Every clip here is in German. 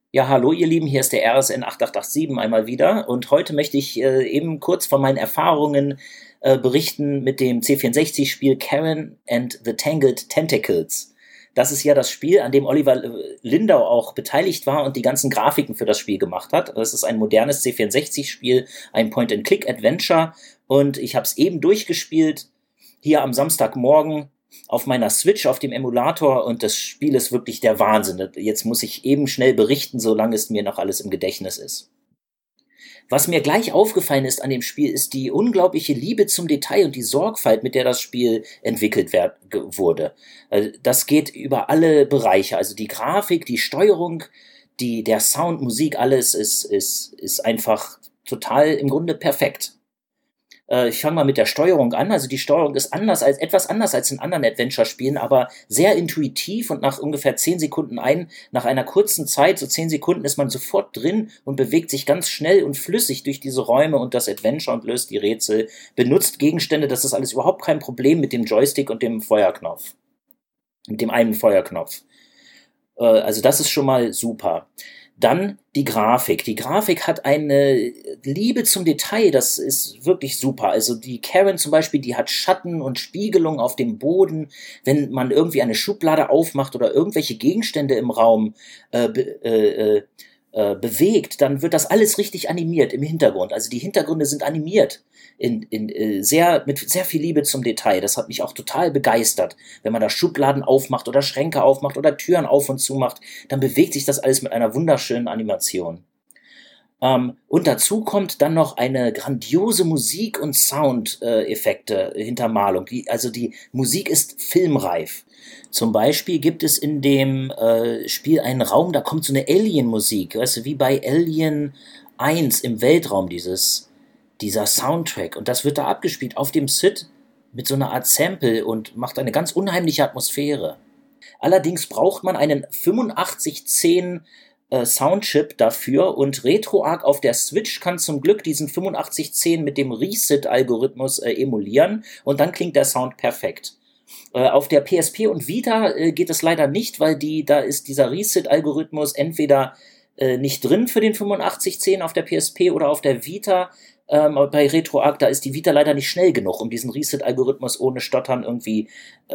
Ja, hallo ihr Lieben, hier ist der RSN 8887 einmal wieder und heute möchte ich eben kurz von meinen Erfahrungen berichten mit dem C64-Spiel Karen and the Tangled Tentacles. Das ist ja das Spiel, an dem Oliver Lindau auch beteiligt war und die ganzen Grafiken für das Spiel gemacht hat. Das ist ein modernes C64-Spiel, ein Point-and-Click-Adventure und ich habe es eben durchgespielt, hier am Samstagmorgen auf meiner Switch, auf dem Emulator, und das Spiel ist wirklich der Wahnsinn. Jetzt muss ich eben schnell berichten, solange es mir noch alles im Gedächtnis ist. Was mir gleich aufgefallen ist an dem Spiel, ist die unglaubliche Liebe zum Detail und die Sorgfalt, mit der das Spiel entwickelt wurde. Das geht über alle Bereiche, also die Grafik, die Steuerung, der Sound, Musik, alles ist einfach total im Grunde perfekt. Ich fange mal mit der Steuerung an. Also die Steuerung ist etwas anders als in anderen Adventure-Spielen, aber sehr intuitiv und nach ungefähr 10 Sekunden nach einer kurzen Zeit, so 10 Sekunden, ist man sofort drin und bewegt sich ganz schnell und flüssig durch diese Räume und das Adventure und löst die Rätsel, benutzt Gegenstände. Das ist alles überhaupt kein Problem mit dem Joystick und dem Feuerknopf. Mit dem einen Feuerknopf. Also das ist schon mal super. Dann die Grafik. Die Grafik hat eine Liebe zum Detail, das ist wirklich super. Also die Karen zum Beispiel, die hat Schatten und Spiegelung auf dem Boden. Wenn man irgendwie eine Schublade aufmacht oder irgendwelche Gegenstände im Raum bewegt, dann wird das alles richtig animiert im Hintergrund. Also die Hintergründe sind animiert mit sehr viel Liebe zum Detail. Das hat mich auch total begeistert. Wenn man da Schubladen aufmacht oder Schränke aufmacht oder Türen auf und zu macht, dann bewegt sich das alles mit einer wunderschönen Animation. Und dazu kommt dann noch eine grandiose Musik- und Soundeffekte, Hintermalung. Also die Musik ist filmreif. Zum Beispiel gibt es in dem Spiel einen Raum, da kommt so eine Alien-Musik, weißt du, wie bei Alien 1 im Weltraum, dieser Soundtrack. Und das wird da abgespielt auf dem SID mit so einer Art Sample und macht eine ganz unheimliche Atmosphäre. Allerdings braucht man einen 8510 Soundchip dafür und RetroArch auf der Switch kann zum Glück diesen 8510 mit dem Reset-Algorithmus emulieren und dann klingt der Sound perfekt. Auf der PSP und Vita geht es leider nicht, weil da ist dieser Reset-Algorithmus entweder nicht drin für den 8510 auf der PSP oder auf der Vita. Bei RetroArch, da ist die Vita leider nicht schnell genug, um diesen Reset-Algorithmus ohne Stottern irgendwie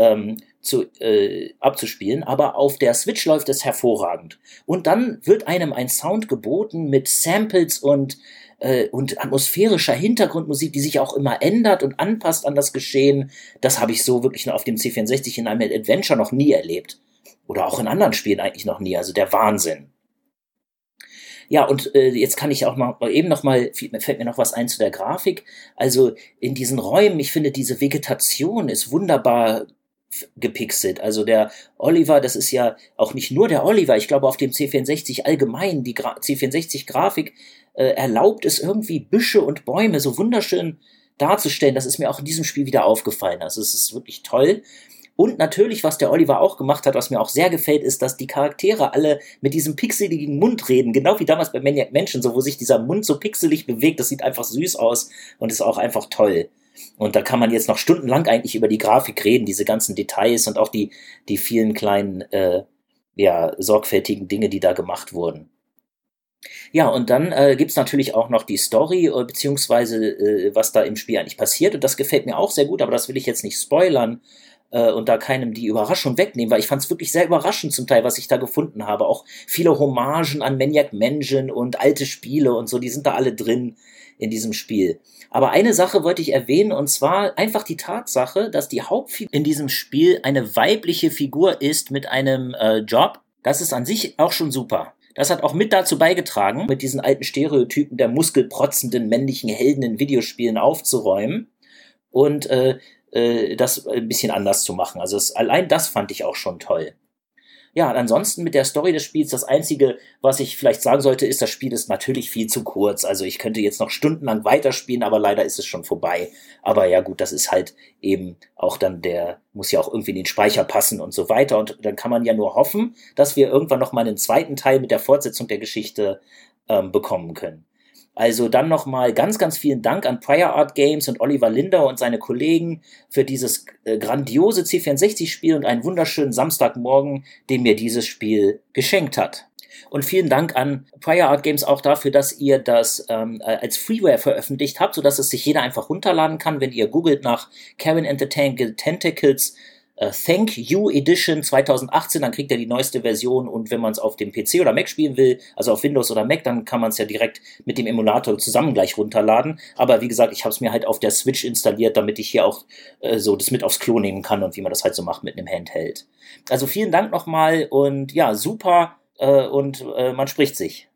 abzuspielen. Aber auf der Switch läuft es hervorragend. Und dann wird einem ein Sound geboten mit Samples und atmosphärischer Hintergrundmusik, die sich auch immer ändert und anpasst an das Geschehen. Das habe ich so wirklich nur auf dem C64 in einem Adventure noch nie erlebt. Oder auch in anderen Spielen eigentlich noch nie. Also der Wahnsinn. Ja, und jetzt kann ich auch fällt mir noch was ein zu der Grafik. Also in diesen Räumen, ich finde, diese Vegetation ist wunderbar gepixelt. Also der Oliver, das ist ja auch nicht nur der Oliver, ich glaube auf dem C64 allgemein, die C64-Grafik erlaubt es irgendwie Büsche und Bäume so wunderschön darzustellen. Das ist mir auch in diesem Spiel wieder aufgefallen. Also es ist wirklich toll. Und natürlich, was der Oliver auch gemacht hat, was mir auch sehr gefällt, ist, dass die Charaktere alle mit diesem pixeligen Mund reden, genau wie damals bei Maniac Mansion, so wo sich dieser Mund so pixelig bewegt, das sieht einfach süß aus und ist auch einfach toll. Und da kann man jetzt noch stundenlang eigentlich über die Grafik reden, diese ganzen Details und auch die vielen kleinen, sorgfältigen Dinge, die da gemacht wurden. Ja, und dann gibt's natürlich auch noch die Story, beziehungsweise was da im Spiel eigentlich passiert. Und das gefällt mir auch sehr gut, aber das will ich jetzt nicht spoilern und da keinem die Überraschung wegnehmen, weil ich fand es wirklich sehr überraschend zum Teil, was ich da gefunden habe. Auch viele Hommagen an Maniac Mansion und alte Spiele und so, die sind da alle drin in diesem Spiel. Aber eine Sache wollte ich erwähnen, und zwar einfach die Tatsache, dass die Hauptfigur in diesem Spiel eine weibliche Figur ist mit einem Job. Das ist an sich auch schon super. Das hat auch mit dazu beigetragen, mit diesen alten Stereotypen der muskelprotzenden männlichen Helden in Videospielen aufzuräumen und das ein bisschen anders zu machen. Also allein das fand ich auch schon toll. Ja, und ansonsten mit der Story des Spiels, das Einzige, was ich vielleicht sagen sollte, ist, das Spiel ist natürlich viel zu kurz. Also ich könnte jetzt noch stundenlang weiterspielen, aber leider ist es schon vorbei. Aber ja gut, das ist halt eben auch dann muss ja auch irgendwie in den Speicher passen und so weiter. Und dann kann man ja nur hoffen, dass wir irgendwann noch mal einen zweiten Teil mit der Fortsetzung der Geschichte bekommen können. Also dann nochmal ganz, ganz vielen Dank an Prior Art Games und Oliver Lindau und seine Kollegen für dieses grandiose C64-Spiel und einen wunderschönen Samstagmorgen, den mir dieses Spiel geschenkt hat. Und vielen Dank an Prior Art Games auch dafür, dass ihr das als Freeware veröffentlicht habt, sodass es sich jeder einfach runterladen kann. Wenn ihr googelt nach Karen and the Tangled Tentacles Thank You Edition 2018, dann kriegt ihr die neueste Version, und wenn man es auf dem PC oder Mac spielen will, also auf Windows oder Mac, dann kann man es ja direkt mit dem Emulator zusammen gleich runterladen. Aber wie gesagt, ich habe es mir halt auf der Switch installiert, damit ich hier auch so das mit aufs Klo nehmen kann und wie man das halt so macht mit einem Handheld. Also vielen Dank nochmal und ja, super, und man spricht sich.